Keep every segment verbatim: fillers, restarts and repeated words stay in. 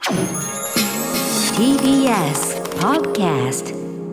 ティービーエス Podcast。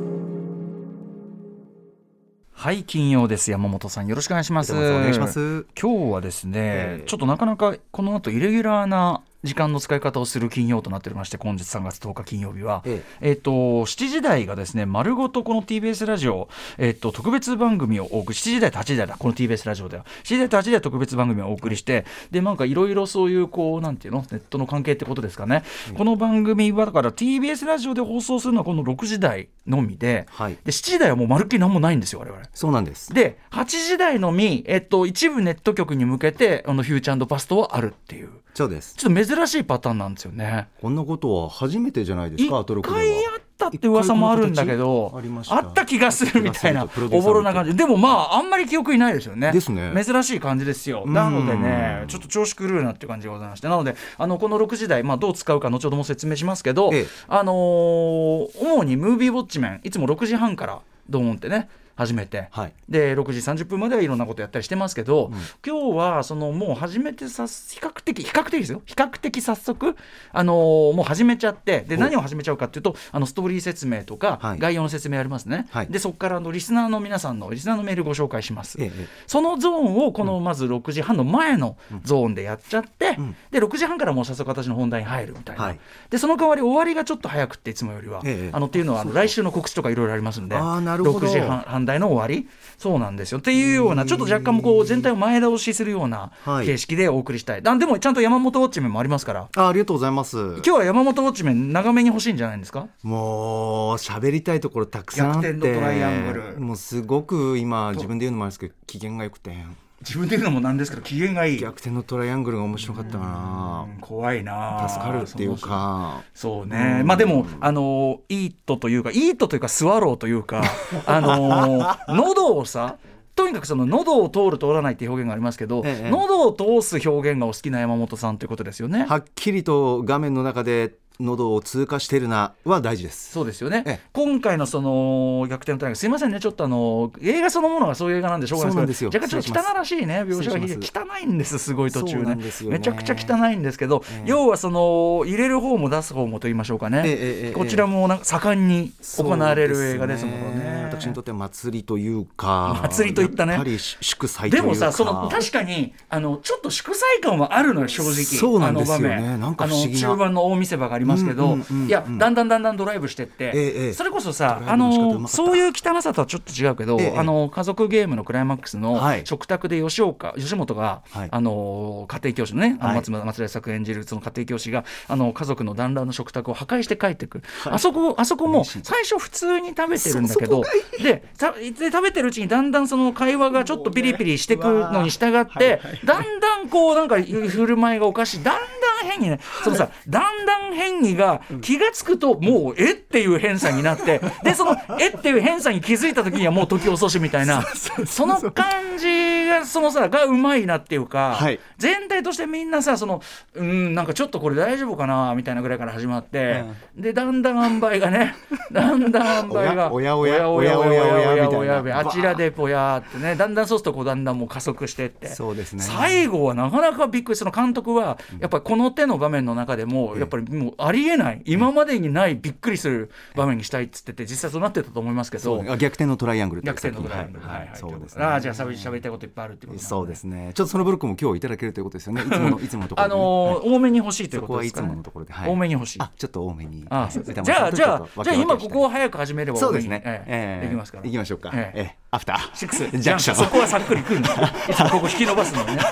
はい、金曜です。山本さん、よろしくお願いします。 お願いします。 今日はですね、 えー、 ちょっとなかなかこの後イレギュラーな時間の使い方をする金曜となっておりまして、本日さんがつとおか金曜日は、えええー、としちじ台がですね丸ごとこの ティービーエス ラジオ、えー、と特別番組をお送り、しちじ台とはちじ台だ、この ティービーエス ラジオではしちじ台とはちじ台特別番組をお送りして、でなんかいろいろそういうこうなんていうのネットの関係ってことですかね、うん、この番組はだから ティービーエス ラジオで放送するのはこのろくじ台のみで、はい、でしちじ台はもうまるっきり何もないんですよ我々。 そうなんです。 ではちじ台のみ、えっと、一部ネット局に向けてあのフューチャー&パストはあるっていう、 そうです。 ちょっと珍しいパターンなんですよね。 こんなことは初めてじゃないですか。 一回あったって噂もあるんだけど、 あ, あった気がするみたいなおぼろな感じでもまああんまり記憶にないですよね。 ですね。 珍しい感じですよ。なのでねちょっと調子狂うなっていう感じがございまして、なのであのこのろくじ台、まあ、どう使うか後ほども説明しますけど、ええ、あのー、主にムービーウォッチメンいつもろくじはんからドーンってね始めて、はい、でろくじさんじゅっぷんまではいろんなことやったりしてますけど、うん、今日はそのもう始めてさ比較的比較的ですよ比較的早速、あのー、もう始めちゃって、で何を始めちゃうかっていうと、あのストーリー説明とか、はい、概要の説明ありますね、はい、でそこからあのリスナーの皆さんのリスナーのメールご紹介します、ええ、そのゾーンをこのまずろくじはんの前のゾーンでやっちゃって、うん、でろくじはんからもう早速私の本題に入るみたいな、はい、でその代わり終わりがちょっと早くっていつもよりは、ええ、あのっていうのはあの来週の告知とかいろいろありますんで、 あ、なるほど、 ろくじはん台の終わり、そうなんですよっていうようなちょっと若干こう全体を前倒しするような形式でお送りしたい、はい、でもちゃんと山本ウォッチメンもありますから。 あ, ありがとうございます。 今日は山本ウォッチメン長めに欲しいんじゃないんですか。 もう喋りたいところたくさんあって、 逆転のトライアングル、 もうすごく今自分で言うのもあるんですけど機嫌が良くて、 自分で言うのもなんですけど機嫌がいい。 逆転のトライアングルが面白かったな。 怖いな、 助かるっていうか。 そうね、まあでもあのイートというかイートというかスワローというかあの喉をさとにかくその喉を通る通らないっていう表現がありますけど、ええ、喉を通す表現がお好きな山本さんということですよね。 はっきりと画面の中で喉を通過しているなは大事です。 そうですよね、 ええ、今回のその逆転のトライアングル、すいませんねちょっとあの映画そのものがそういう映画なんでしょうがないですけど、若干ちょっと汚らしいね描写が汚いんです。すごい途中 ね, ねめちゃくちゃ汚いんですけど、ええ、要はその入れる方も出す方もと言いましょうかね、ええ、こちらもなんか盛んに行われる映画ですものね。 私にとっては祭りというか祭りといったね、 やっぱり祝祭というか。 でもさその確かにあのちょっと祝祭感はあるのよ正直。 そうなんですよね。 あの場面、 なんか不思議な、 あの中盤の大見せ場がありますけど、うんうんうん、いやだんだんだんだんドライブしてって、ええ、それこそさあのそういう汚さとはちょっと違うけど、ええ、あの家族ゲームのクライマックスの食卓で吉岡吉本が、はい、あの家庭教師のね、はい、松松田作演じるその家庭教師があの家族の団らんの食卓を破壊して帰ってくる、はい、あそこあそこも最初普通に食べてるんだけど、でで食べてるうちにだんだんその会話がちょっとピリピリしてくのに従って、だんだんこうなんか振る舞いがおかしい、だんだん変にね、そのさだんだん変にが気がつくともうえっていう変さになって、でそのえっていう変さに気づいた時にはもう時遅しみたいなその感じがそのさがうまいなっていうか、はい、全体としてみんなさそのうんなんかちょっとこれ大丈夫かなみたいなぐらいから始まって、うん、でだんだん塩梅がねだんだん塩梅がおやおやおやおやおやおやみたいな、 あちらでぽやってね、だんだんそうするとこうだんだんもう加速してって、 そうですね、 最後はなかなかびっくり。その監督はやっぱりこの手の場面の中でもやっぱりもうありえない、今までにないびっくりする場面にしたいっつってて、実際そうなってたと思いますけど、 逆転のトライアングル、 逆転のトライアングル、はいはい、そうですね。あじゃあしゃべりたいこといっぱいあるってことですね。 そうですね。ちょっとそのブロックも今日いただけるということですよね。いつものいつものところで、ね、 あのーはい、多めに欲しいということですかね。 そこはいつものところで、はい、 多めに欲しい。 あちょっと多めに。 あじゃあじゃあじゃあ今ここを早く始めればそうですね。 えええー、できますから。 行きましょうか。ええええ、アフターシックスジャンクション。そこはさっくりくるんだ。いつもここ引き伸ばすのね。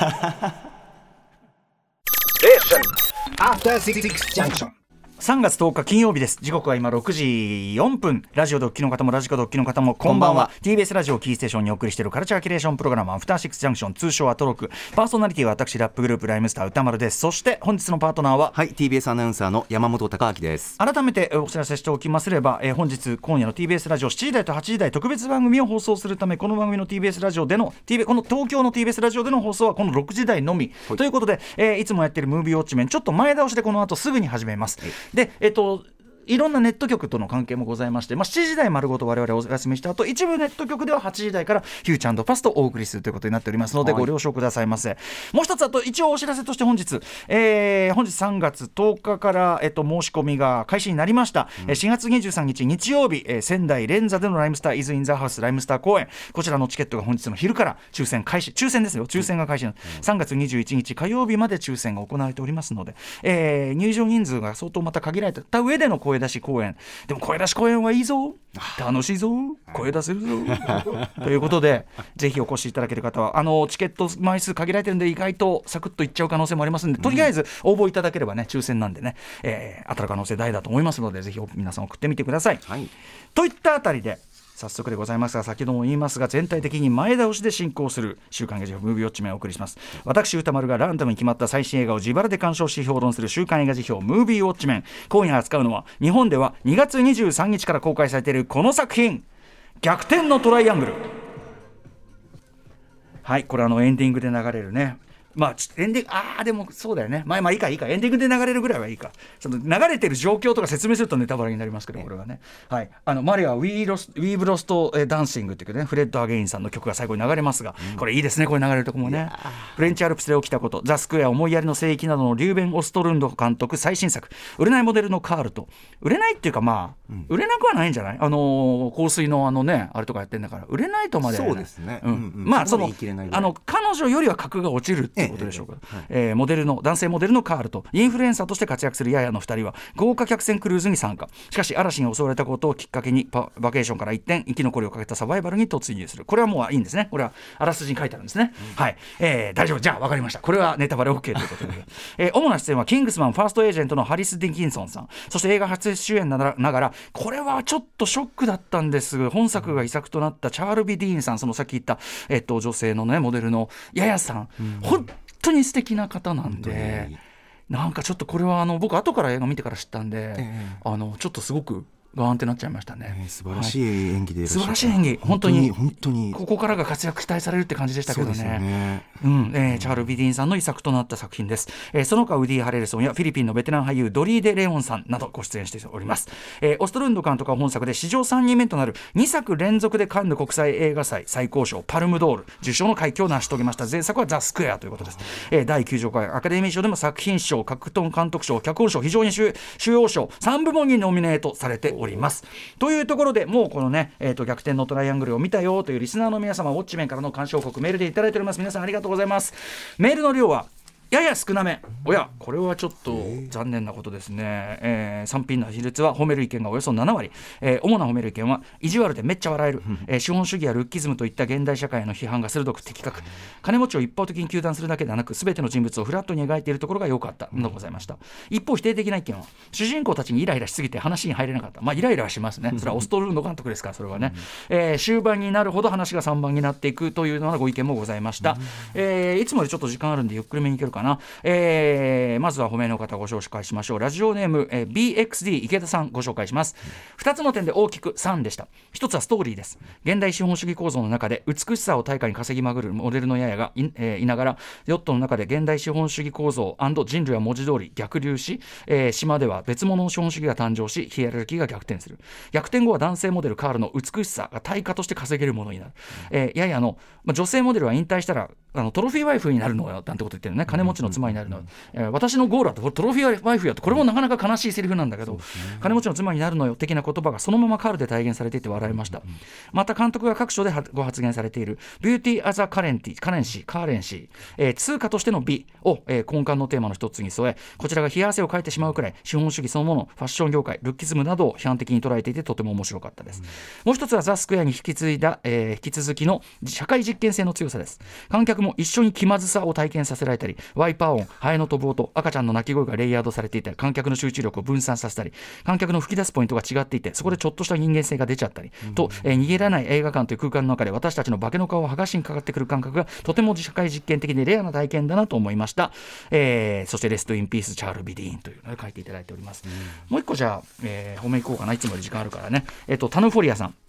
アフターシックスジャンクション。さんがつとおか金曜日です。時刻は今ろくじよんぷん。ラジオドッキの方もラジコドッキの方もこんばんは。 ティービーエス ラジオキーステーションにお送りしているカルチャーキュレーションプログラムアフターシックスジャンクション、通称アトロク。パーソナリティは私ラップグループライムスター歌丸です。そして本日のパートナーは、 はい、ティービーエス アナウンサーの山本貴明です。 改めてお知らせしておきますれば、えー、本日今夜の ティービーエス ラジオしちじ台とはちじ台特別番組を放送するため、この番組の ティービーエス ラジオでの ティービー この東京の ティービーエス ラジオでの放送はこのろくじ台のみ、はい、ということで、えー、いつもやっているムービーウォッチメンちょっと前倒しでこの後すぐに始めます。はい、でえっ、ー、といろんなネット局との関係もございまして、まあ、しちじ台丸ごと我々お休みした後、一部ネット局でははちじ台からフューチャー&パストをお送りするということになっておりますので、ご了承くださいませ。もう一つ、あと一応お知らせとして本日、えー、本日さんがつとおかから、えっと、申し込みが開始になりました、うん、しがつにじゅうさんにち日曜日、えー、仙台連座でのライムスターイズインザハウスライムスター公演、こちらのチケットが本日の昼から抽選開始、抽選ですよ、抽選が開始、うん、さんがつにじゅういちにち火曜日まで抽選が行われておりますので、えー、入場人数が相当また限られた上での声出し公演、でも声出し公演はいいぞ、楽しいぞ、声出せるぞということで、ぜひお越しいただける方は、あのチケット枚数限られてるんで意外とサクッといっちゃう可能性もありますので、とりあえず応募いただければね、抽選なんでね、えー、当たる可能性大だと思いますので、ぜひ皆さん送ってみてください、はい、といったあたりで早速でございますが、先ほども言いますが、全体的に前倒しで進行する週刊映画辞表ムービーウォッチメンをお送りします。私歌丸がランダムに決まった最新映画を自腹で鑑賞し評論する週刊映画辞表ムービーウォッチメン。今夜扱うのは、日本ではにがつにじゅうさんにちから公開されているこの作品、逆転のトライアングル。はい、これあのエンディングで流れるね、まあ、エンディング、ああでもそうだよね、まあまあいいかいいか、エンディングで流れるぐらいはいいか、その流れてる状況とか説明するとネタバレになりますけど、これはね、はい、あのマリアは We Lost We Lost Dancing っていうね、フレッド・アゲインさんの曲が最後に流れますが、うん、これいいですね、これ流れるとこもね。フレンチアルプスで起きたこと、ザ・スクエア、思いやりの聖域などのリューベン・オストルンド監督最新作、売れないモデルのカールと、売れないっていうかまあ、うん、売れなくはないんじゃない、あのー、香水のあのねあれとかやってんだから、売れないとまでは、ね、そうですね、うんうん、まあそのあの彼女よりは格が落ちるっていうことでしょうか、ええええ、はい、えー、モデルの男性モデルのカールとインフルエンサーとして活躍するヤヤのふたりは豪華客船クルーズに参加。しかし嵐に襲われたことをきっかけにバケーションから一転、生き残りをかけたサバイバルに突入する。これはもういいんですね、これはあらすじに書いてあるんですね、うん、はい、えー、大丈夫、じゃあ分かりました、これはネタバレ OK ということで、えー、主な出演はキングスマンファーストエージェントのハリス・ディキンソンさん、そして映画初主演ながら、これはちょっとショックだったんですが、本作が遺作となったチャールビ・ディーンさん、そのさっき言った、えっと、女性のねモデルのヤヤさん、うん、本当に素敵な方なんで、なんかちょっとこれはあの僕後から映画見てから知ったんで、えー、あのちょっとすごくガーンってなっちゃいましたね、えー、 素晴らしい演技でいらっしゃる、 はい、素晴らしい演技、本当に本当にここからが活躍期待されるって感じでしたけど ね, ね、うんえー、チャール・ビディーンさんの遺作となった作品です、えー、その他ウディ・ハレルソンやフィリピンのベテラン俳優ドリー・デ・レオンさんなどご出演しております、えー、オストルンド監督は本作で史上さんにんめとなるにさく連続でカンヌ国際映画祭最高賞パルムドール受賞の快挙を成し遂げました。前作はザ・スクエアということです、えー、だいきゅうじゅうごかいアカデミー賞でも作品賞、格闘監督賞、脚本賞、非常に主要賞さんぶもんにノミネートされておりますというところで、もうこのね、えー、と逆転のトライアングルを見たよというリスナーの皆様、ウォッチメンからの鑑賞告メールでいただいております。皆さんありがとうございます。メールの量はやや少なめ、おやこれはちょっと残念なことですね、えー、産品の比率は褒める意見がおよそななわり、えー、主な褒める意見は意地悪でめっちゃ笑える、えー、資本主義やルッキズムといった現代社会への批判が鋭く的確、金持ちを一方的に糾弾するだけではなく全ての人物をフラットに描いているところが良かったのございました。一方否定的な意見は主人公たちにイライラしすぎて話に入れなかった。まあイライラはしますね、それはオストルンド監督ですから、それはね、えー、終盤になるほど話がさんばんになっていくというようなご意見もございました、えー、いつもよりちょっと時間あるんでゆっくりめにいけるかな、えーえー、まずは褒めの方ご紹介しましょう。ラジオネーム、えー、ビーエックスディー 池田さんご紹介します。ふたつの点で大きくさんでした。ひとつはストーリーです。現代資本主義構造の中で美しさを対価に稼ぎまぐるモデルのヤヤが い,、えー、いながらヨットの中で現代資本主義構造&人類は文字通り逆流し、えー、島では別物の資本主義が誕生しヒエラルキーが逆転する。逆転後は男性モデルカールの美しさが対価として稼げるものになる、えー、ヤヤの、まあ、女性モデルは引退したらあのトロフィーワイフになるのよなんてこと言ってるね。金持ちの妻になるのよ、えー、私のゴールはトロフィーワイフやと、これもなかなか悲しいセリフなんだけど、うん、金持ちの妻になるのよ的な言葉がそのままカールで体現されていて笑いました、うん、また監督が各所でご発言されているビューティー・アザ・カレンティカレンシーカーレンシー、えー、通貨としての美を、えー、根幹のテーマの一つに添え、こちらが冷や汗をかいてしまうくらい資本主義そのもの、ファッション業界、ルッキズムなどを批判的に捉えていてとても面白かったです、うん、もう一つはザ・スクエアに引き継いだ、えー、引き続きの社会実験性の強さです。観客も一緒に気まずさを体験させられたり、ワイパー音、ハエの飛ぶ音、赤ちゃんの泣き声がレイヤードされていたり、観客の集中力を分散させたり、観客の吹き出すポイントが違っていてそこでちょっとした人間性が出ちゃったり、うん、と、えー、逃げられない映画館という空間の中で私たちの化けの皮を剥がしにかかってくる感覚がとても社会実験的でレアな体験だなと思いました、えー、そしてレストインピースチャール・ビディーンというのを書いていただいております、うん、もう一個じゃあ、えー、褒めいこうかな。いつもより時間あるからね、えーと、タヌフォリアさん、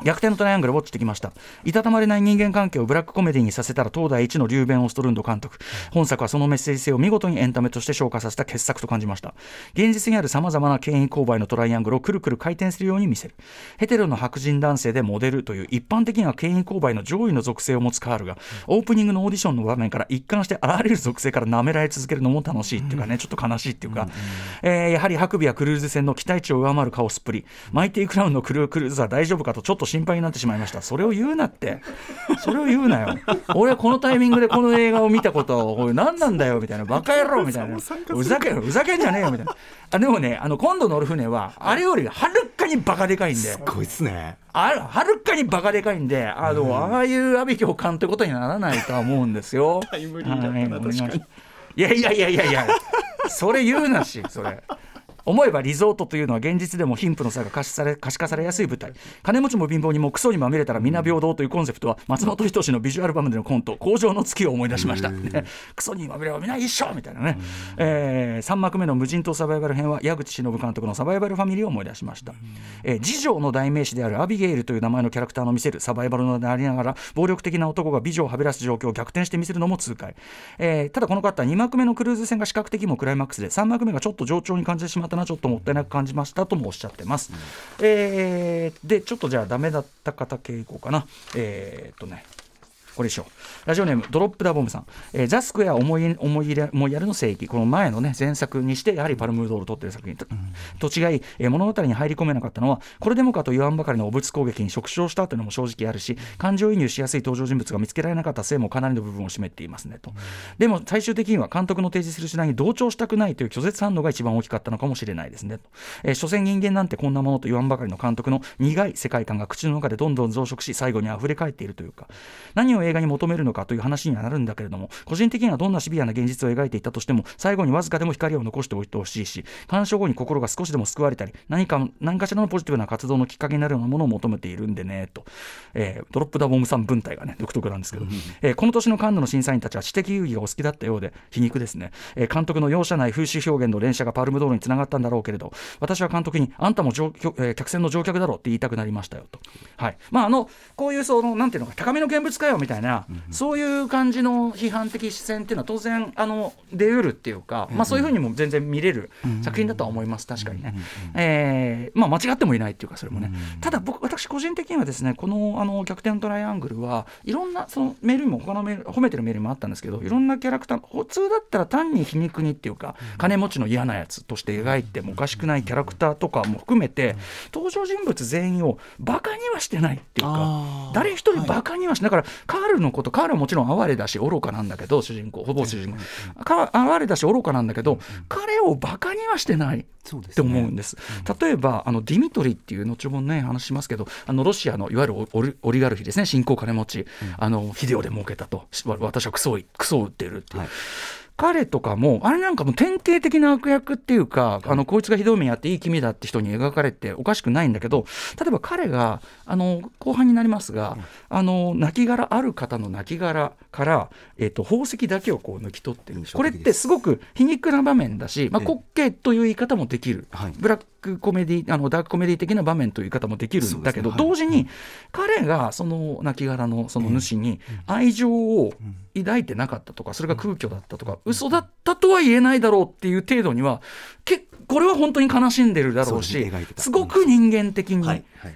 逆転のトライアングルウォッチしてきました。いたたまれない人間関係をブラックコメディにさせたら東大一のリューベン・オストルンド監督。本作はそのメッセージ性を見事にエンタメとして昇華させた傑作と感じました。現実にあるさまざまな権威勾配のトライアングルをくるくる回転するように見せる。ヘテロの白人男性でモデルという一般的には権威勾配の上位の属性を持つカールが、オープニングのオーディションの場面から一貫してあらゆる属性から舐められ続けるのも楽しいっていうかね、ちょっと悲しいっていうか、えー、やはりハクビやクルーズ船の期待値を上回るカオスっぷり、マイティクラウンのクルークルーズは大丈夫かとちょっと心配になってしまいました。それを言うなってそれを言うなよ。俺はこのタイミングでこの映画を見たことを何なんだよみたいな、バカ野郎みたいな、ふざけふざけんじゃねえよみたいな。あでもね、あの今度乗る船はあれよりはるかにバカでかいんで、 すごいっすね。 あはるかにバカでかいんで、あの、うん、ああいう阿鼻教官ってことにならないとは思うんですよ。 タイムリーだったな、確かに。 いやいやいやいやいやそれ言うなし、それ思えばリゾートというのは現実でも貧富の差が可視され、可視化されやすい舞台。金持ちも貧乏にもクソにまみれたら皆平等というコンセプトは松本人志のビジュアルバムでのコント工場の月を思い出しました、ね、クソにまみれは皆一緒みたいなね、えー、さん幕目の無人島サバイバル編は矢口忍監督のサバイバルファミリーを思い出しました、えー、次女の代名詞であるアビゲイルという名前のキャラクターの見せるサバイバルのでありながら暴力的な男が美女をはべらす状況を逆転して見せるのも痛快、えー、ただこの方に幕目のクルーズ船が視覚的にもクライマックスでさん幕目がちょっと冗長に感じてしまったな、ちょっともったいなく感じましたともおっしゃってます、うんえー、でちょっとじゃあダメだった方系いこうかな。えー、っとねこれでしょう。ラジオネームドロップダボムさん、えー、ザ・スクエア思い思い入れ思いやるの聖域、この前のね前作にしてやはりパルムドールを取っている作品と、うん、と違い、えー、物語に入り込めなかったのはこれでもかと言わんばかりの汚物攻撃に触傷したというのも正直あるし、感情移入しやすい登場人物が見つけられなかったせいもかなりの部分を占めていますねと、うん、でも最終的には監督の提示する手段に同調したくないという拒絶反応が一番大きかったのかもしれないですねと、えー、所詮人間なんてこんなものと言わんばかりの監督の苦い世界観が口の中でどんどん増殖し最後に溢れ返っているというか、何を映画に求めるのかという話にはなるんだけれども、個人的にはどんなシビアな現実を描いていたとしても最後にわずかでも光を残しておいてほしいし、鑑賞後に心が少しでも救われたり何か何かしらのポジティブな活動のきっかけになるようなものを求めているんでねと、えー、ドロップダボムさん文体がね独特なんですけど、えー、この年のカンヌの審査員たちは知的遊戯がお好きだったようで皮肉ですね、えー、監督の容赦ない風刺表現の連射がパルムドールにつながったんだろうけれど、私は監督にあんたも乗、えー、客船の乗客だろうって言いたくなりましたよと、はい、まああのこういうそのなんていうのか高めの見物かよみたいな、うん、そういう感じの批判的視線っていうのは当然あの出うるっていうか、まあ、そういうふうにも全然見れる作品だとは思います。確かにね、えーまあ、間違ってもいないっていうかそれもね、ただ僕私個人的にはですねこの、あの逆転トライアングルはいろんなそのメールにも他のメール褒めてるメールもあったんですけど、いろんなキャラクター普通だったら単に皮肉にっていうか金持ちの嫌なやつとして描いてもおかしくないキャラクターとかも含めて登場人物全員をバカにはしてないっていうか、誰一人バカにはしない、だからカールのこと、カールはもちろん哀れだし愚かなんだけど、主人公ほぼ主人公哀れだし愚かなんだけど、彼をバカにはしてないって思うんです。例えばあのディミトリっていう後もね話しますけど、あのロシアのいわゆるオリ、オリガルヒですね、新興金持ち、あのビデオで儲けたと、私はクソをクソを売ってるっていう、はい、彼とかもあれなんかもう典型的な悪役っていうか、あのこいつがひどい目やっていい君だって人に描かれておかしくないんだけど、例えば彼があの後半になりますが、あの亡骸ある方の亡骸から、えー、と宝石だけをこう抜き取ってる、これってすごく皮肉な場面だし、まあ、滑稽という言い方もできる、はい、ブラックコメディあのダークコメディ的な場面という言い方もできるんだけど、ね、同時に彼がその亡骸のその主に愛情を抱いてなかったとか、それが空虚だったとか嘘だったとは言えないだろうっていう程度にはけこれは本当に悲しんでるだろうし、すごく人間的に、はいはい、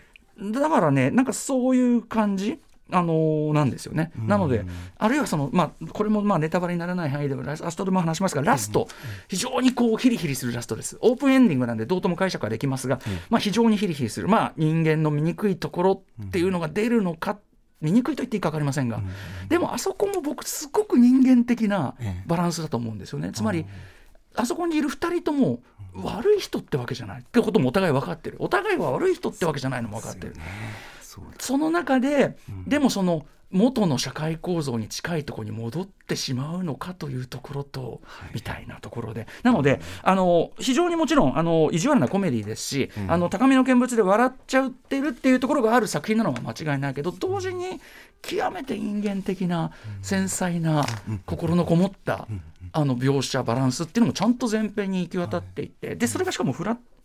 だからねなんかそういう感じあのー、なんですよね。なのであるいはその、まあ、これもまあネタバレにならない範囲ではラストでも話しますが、ラスト非常にこうヒリヒリするラストです。オープンエンディングなんでどうとも解釈はできますが、まあ、非常にヒリヒリする、まあ、人間の醜いところっていうのが出るのか、醜いと言っていいか分かりませんが、でもあそこも僕すごく人間的なバランスだと思うんですよね。つまりあそこにいるふたりとも悪い人ってわけじゃないってこともお互い分かってる、お互いは悪い人ってわけじゃないのも分かってる。その中で、うん、でもその元の社会構造に近いところに戻ってしまうのかというところと、はい、みたいなところで、なのであの非常にもちろんあの意地悪なコメディですし、うん、あの高みの見物で笑っちゃってるっていうところがある作品なのは間違いないけど、同時に極めて人間的な繊細な心のこもったあの描写バランスっていうのもちゃんと前編に行き渡っていて、でそれがしかもフラッ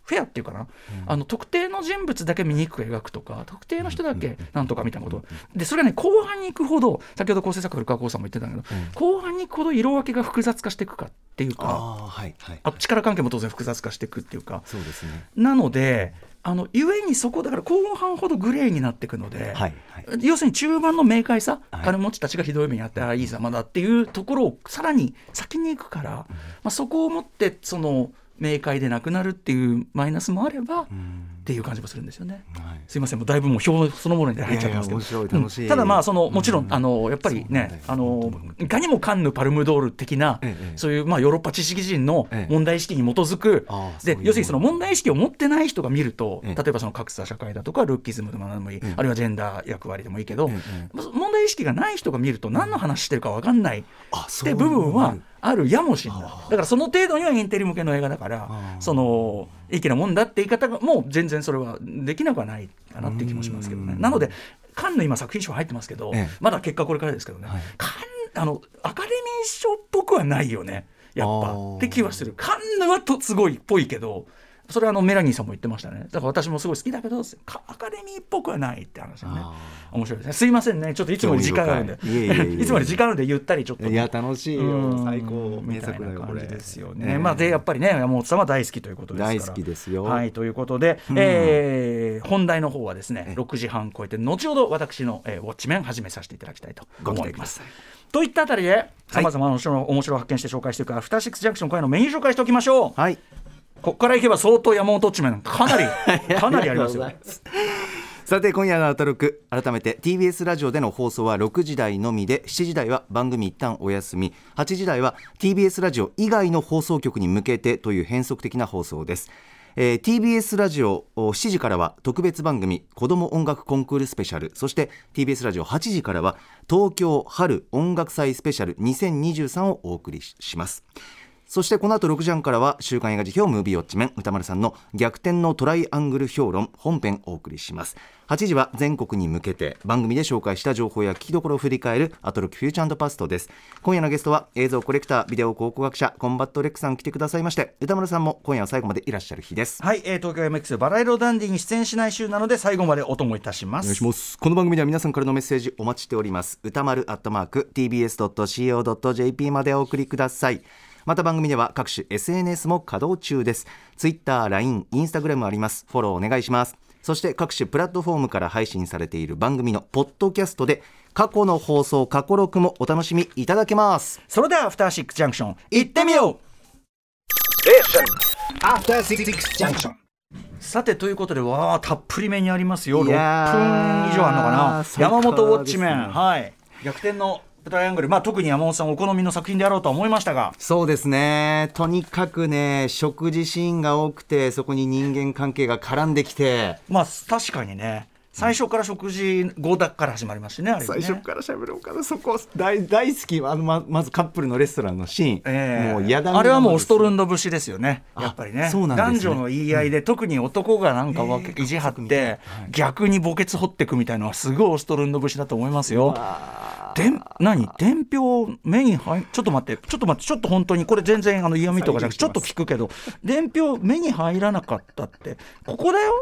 フェアっていうかな、うん、あの特定の人物だけ醜く描くとか特定の人だけなんとかみたいなこと、うん、でそれはね後半に行くほど先ほど構成作古川光さんも言ってたけど、うん、後半に行くほど色分けが複雑化していくかっていうか、あ、はいはい、あ力関係も当然複雑化していくっていうか、 そうですね、 なのであのゆえにそこだから後半ほどグレーになっていくので、はいはい、要するに中盤の明快さ、はい、金持ちたちがひどい目にあってあいいざまだっていうところをさらに先に行くから、うんまあ、そこをもってその明快でなくなるっていうマイナスもあればっていう感じもするんですよね、はい、すいませんもうだいぶもう表そのものに入っちゃってますけど、いやいや面白い楽しい、うん、ただまあそのもちろん、うん、あのやっぱりねあのいかにもカンヌ・パルムドール的な、ええ、そういうまあヨーロッパ知識人の問題意識に基づく、ええ、で要するにその問題意識を持ってない人が見ると、ええ、例えばその格差社会だとかルッキズムでも何でもいい、ええ、あるいはジェンダー役割でもいいけど、ええ、問題意識がない人が見ると何の話してるか分かんないって部分はあるやもしれない。だからその程度にはインテリ向けの映画だからそのいいなもんだって言い方がもう全然それはできなくはないかなっていう気もしますけどね。なのでカンヌ今作品賞入ってますけど、ええ、まだ結果これからですけどね、はい、カンあのアカデミー賞っぽくはないよねやっぱって気はする。カンヌはとすごいっぽいけどそれはあのメラニーさんも言ってましたね。だから私もすごい好きだけどアカデミーっぽくはないって話ね。面白いですね。すいませんねちょっといつもより時間あるんでい, い, い, い, いつもより時間あるんでゆったりちょっと、ね、 いや楽しいよ最高みたいな感じですよね。まあでやっぱりね山本さんは大好きということですから大好きですよ。 はいということで、うんえー、本題の方はですねろくじはん超えて後ほど私の、えー、ウォッチメン始めさせていただきたいと思います。といったあたりでさまざまな面白いを発見して紹介していくアフターシックスジャンクション今夜のメイン紹介しておきましょう。はいここからいけば相当山本っちめんかなりかなりありますよさて今夜のアトロク改めて ティービーエス ラジオでの放送はろくじ台のみでしちじ台は番組一旦お休みはちじ台は ティービーエス ラジオ以外の放送局に向けてという変則的な放送です、えー、ティービーエス ラジオしちじからは特別番組子ども音楽コンクールスペシャルそして ティービーエス ラジオはちじからは東京春音楽祭スペシャルにせんにじゅうさんをお送りします。そしてこの後ろくじはんからは週刊映画辞表ムービーウォッチメン歌丸さんの逆転のトライアングル評論本編をお送りします。はちじは全国に向けて番組で紹介した情報や聞きどころを振り返るアトロクフューチャー&パストです。今夜のゲストは映像コレクタービデオ考古学者コンバットレックさん来てくださいまして歌丸さんも今夜は最後までいらっしゃる日です。 はい、えー、東京 エムエックス バラ色ダンディに出演しない週なので最後までお供いたします。 お願いします。この番組では皆さんからのメッセージお待ちしております。歌丸アットマーク ティービーエスドットシーオードットジェーピー までお送りください。また番組では各種 エスエヌエス も稼働中です。 Twitter、ライン、インスタグラムあります。フォローお願いします。そして各種プラットフォームから配信されている番組のポッドキャストで過去の放送過去録もお楽しみいただけます。 それではアフターシックスジャンクション行ってみよう。アフターシックスジャンクションさてということでわーたっぷりめにありますよ。ろっぷん以上あるのかな。山本ウォッチメン、はい、逆転のトライアングル、まあ、特に山本さんお好みの作品であろうとは思いましたが。 そうですねとにかくね食事シーンが多くてそこに人間関係が絡んできてまあ確かにね最初から食事後だから始まりますしね、あれね最初からしゃべろうかなそこ 大, 大好きあの ま, まずカップルのレストランのシーン、えー、もうやだあれはもうオストルンド節ですよねやっぱり ね, ね男女の言い合いで、うん、特に男がなんかわけ、えー、意地張って、はい、逆に墓穴掘っていくみたいなのはすごいオストルンド節だと思いますよ。で何伝票目に入ちょっと待ってちょっと待ってちょっと本当にこれ全然あの嫌味とかじゃなくてちょっと聞くけど伝票目に入らなかったってここだよ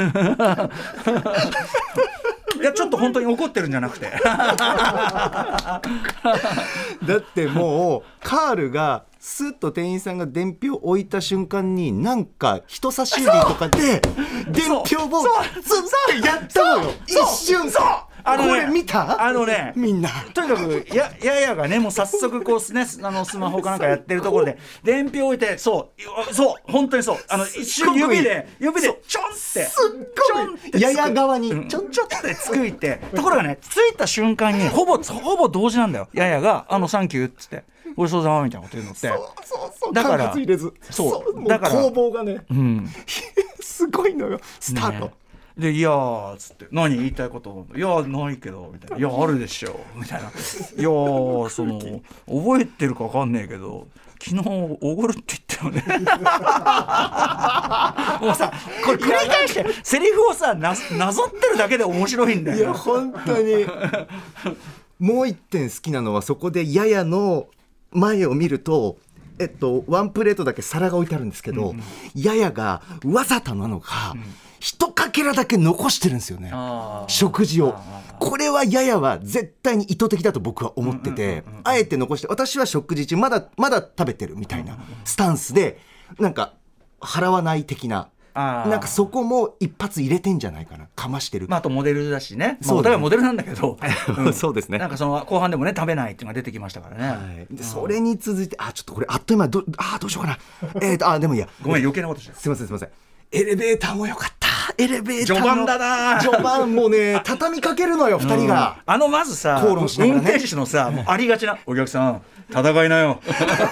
いやちょっと本当に怒ってるんじゃなくてだってもうカールがスッと店員さんが伝票置いた瞬間になんか人差し指とかで伝票をツンってやったのよ一瞬。そうあの、ね、これ見たあのねみんなとにかくやややがねもう早速こう、ね、あのスマホかなんかやってるところで伝票置いてそうそう本当にそうあの一瞬指で指でちょんってすっごいやや側にちょんちょんってつくいてところがねついた瞬間にほぼほぼ同時なんだよ。ややがあのサンキューっつってごちそうさまみたいなこと言うのってそうそうそうだから入れずそうだから攻防がね、うん、すごいのよスタート、ねでいやーつって何言いたいこといやないけどみたいないやあるでしょみたいないやーその覚えてるか分かんねえけど昨日おごるって言ったよねもうさこれ繰り返してセリフをさななぞってるだけで面白いんだよ。 いや本当にもう一点好きなのはそこでややの前を見るとえっと、ワンプレートだけ皿が置いてあるんですけど、うんうん、ややがわざとなのか、うん、一かけらだけ残してるんですよね、食事を。これはややは絶対に意図的だと僕は思ってて、うんうんうんうん、あえて残して、私は食事中まだまだ食べてるみたいなスタンスで、なんか払わない的な、なんかそこも一発入れてんじゃないかな、かましてる、 まあ、あとモデルだしね、まあ、お互いモデルなんだけど、 うん、そうですね。 なんかその後半でもね食べないっていうのが出てきましたからね、はい、 でそれに続いて、あちょっとこれあっという間どあどうしようかなえーとあでもいいやごめん余計なことしてすいませんすいません。エレベーターもよかった。エレベーターの序盤だな。 序盤もね畳みかけるのよふたりが、 うん、あのまずさ口論しながら、ね、 運転手のさもうありがちなお客さん戦いなよ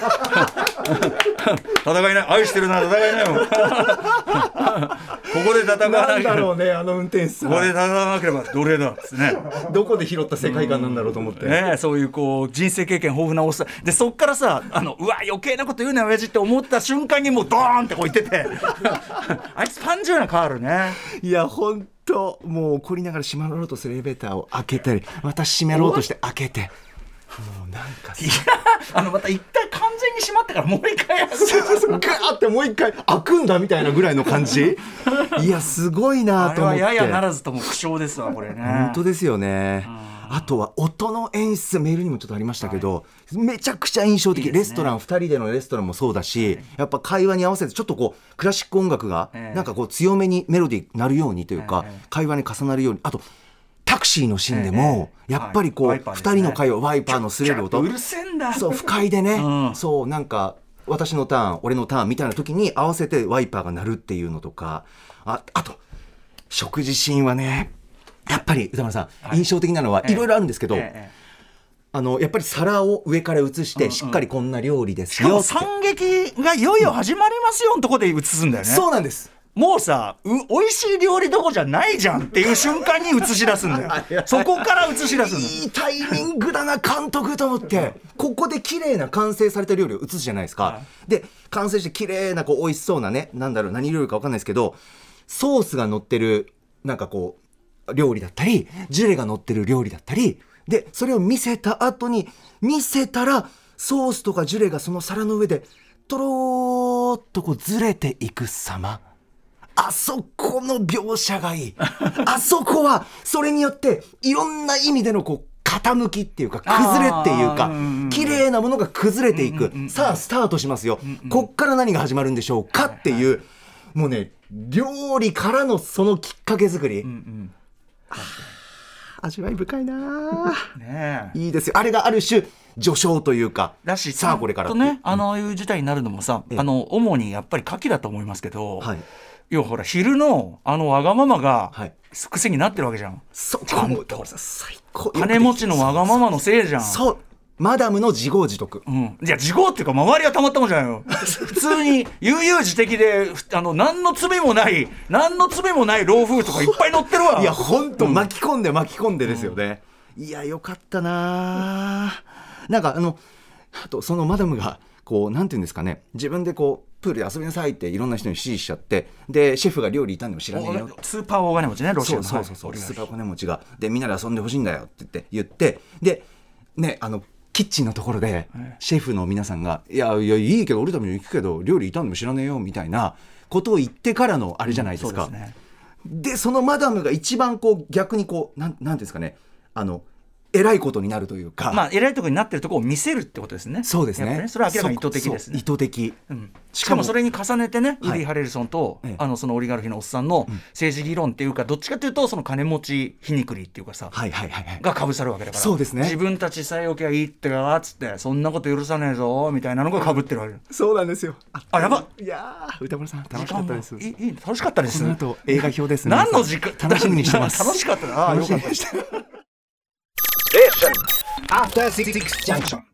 戦いな愛してるな戦いなよここで戦わなければなんだろうね、あの運転手さんここで戦わなければ奴隷だっつってねどこで拾った世界観なんだろうと思って、 ね、そういうこう人生経験豊富なおっさんで、そっからさあのうわ余計なこと言うな親父って思った瞬間にもうドーンってこう言っててあいつパンジューな変わるね。 いやほんともう怒りながら閉まろうとするエレベーターを開けたりまた閉めろうとして開けて、もうなんかいやあのまた一回完全に閉まってからもう一回やるガーってもう一回開くんだみたいなぐらいの感じいやすごいなと思って、 あれはややならずとも苦笑ですわこれね。 本当ですよね。あとは音の演出、メールにもちょっとありましたけど、はい、めちゃくちゃ印象的。いいレストランふたりでのレストランもそうだし、はい、やっぱ会話に合わせてちょっとこうクラシック音楽がなんかこう強めにメロディー鳴るようにというか、会話に重なるように、あとタクシーのシーンでもやっぱりこうふたりの会話、ワイパーの擦れる音、 うるせえんだ、 そう不快でね、うん、そうなんか私のターン俺のターンみたいな時に合わせてワイパーが鳴るっていうのとか、 あ, あと食事シーンはねやっぱり歌丸さん、はい、印象的なのはいろいろあるんですけど、えええ、あのやっぱり皿を上から映して、うんうん、しっかりこんな料理ですよって、 しかも惨劇がいよいよ始まりますよのとこで映すんだよね。 そうなんです。 もうさう美味しい料理どころじゃないじゃんっていう瞬間に映し出すんだよそこから映し出すんだよ。 いいタイミングだな監督と思ってここで綺麗な完成された料理を映すじゃないですか、はい、で完成して綺麗なこう美味しそうなね、なんだろう何料理か分かんないですけど、ソースが乗ってるなんかこう料理だったりジュレが乗ってる料理だったりで、それを見せた後に見せたらソースとかジュレがその皿の上でとろーっとこうずれていく様、あそこの描写がいいあそこはそれによっていろんな意味でのこう傾きっていうか崩れっていうか綺麗なものが崩れていく、うんうんうん、さあスタートしますよ、うんうん、こっから何が始まるんでしょうかっていう、はいはい、もうね料理からのそのきっかけ作り、うんうん、味わい深いなね、いいですよ。あれがある種序章というかだし、 さあこれからとね、あのいう事態になるのもさ、あの主にやっぱり牡蠣だと思いますけど、はい、要はほら昼のあのわがままが癖になってるわけじゃん、はい、 そうちゃんと最高、 金持ちのわがままのせいじゃん。 そうマダムの自業自得、 うん、いや自業っていうか周りはたまったもんじゃないよ普通に悠々自適であの何の罪もない何の罪もない老夫とかいっぱい乗ってるわいやほんと巻き込んで巻き込んでですよね、うん、いやよかったななんかあのあとそのマダムがこうなんていうんですかね、自分でこうプールで遊びなさいっていろんな人に指示しちゃって、でシェフが料理いたんでも知らねえよ、 スーパー大金持ちねロシアの、 そうそうそうそう、スーパー大金持ちがでみんなで遊んでほしいんだよって言って言ってでねあのキッチンのところでシェフの皆さんがいやいやいいけど俺たちも行くけど料理いたんでも知らねえよみたいなことを言ってからのあれじゃないですか、うん、そうですね。でそのマダムが一番こう逆にこうなん、なんですかね、あの偉いことになるというか、 まあ偉いところになってるところを見せるってことですね。 そうです ね, ねそれは明らかに意図的ですね。 意図的、 うん、しかもそれに重ねてね、はい、ウディ・ハレルソンと、ええ、あのそのオリガルヒのおっさんの政治議論っていうか、うん、どっちかというとその金持ち皮肉りっていうかさ、 はいはいはいはい、 がかぶさるわけだから、 そうですね、 自分たちさえおきゃいいってかつってそんなこと許さねえぞみたいなのがかぶってるわけ、うん、 そうなんですよ。 あ, あやばいや歌丸さん楽しかったです。 いい楽しかったです。 この後映画表ですね。 何の時間楽しみにしてます楽しかったな。あよかったでした。 After Six Junction.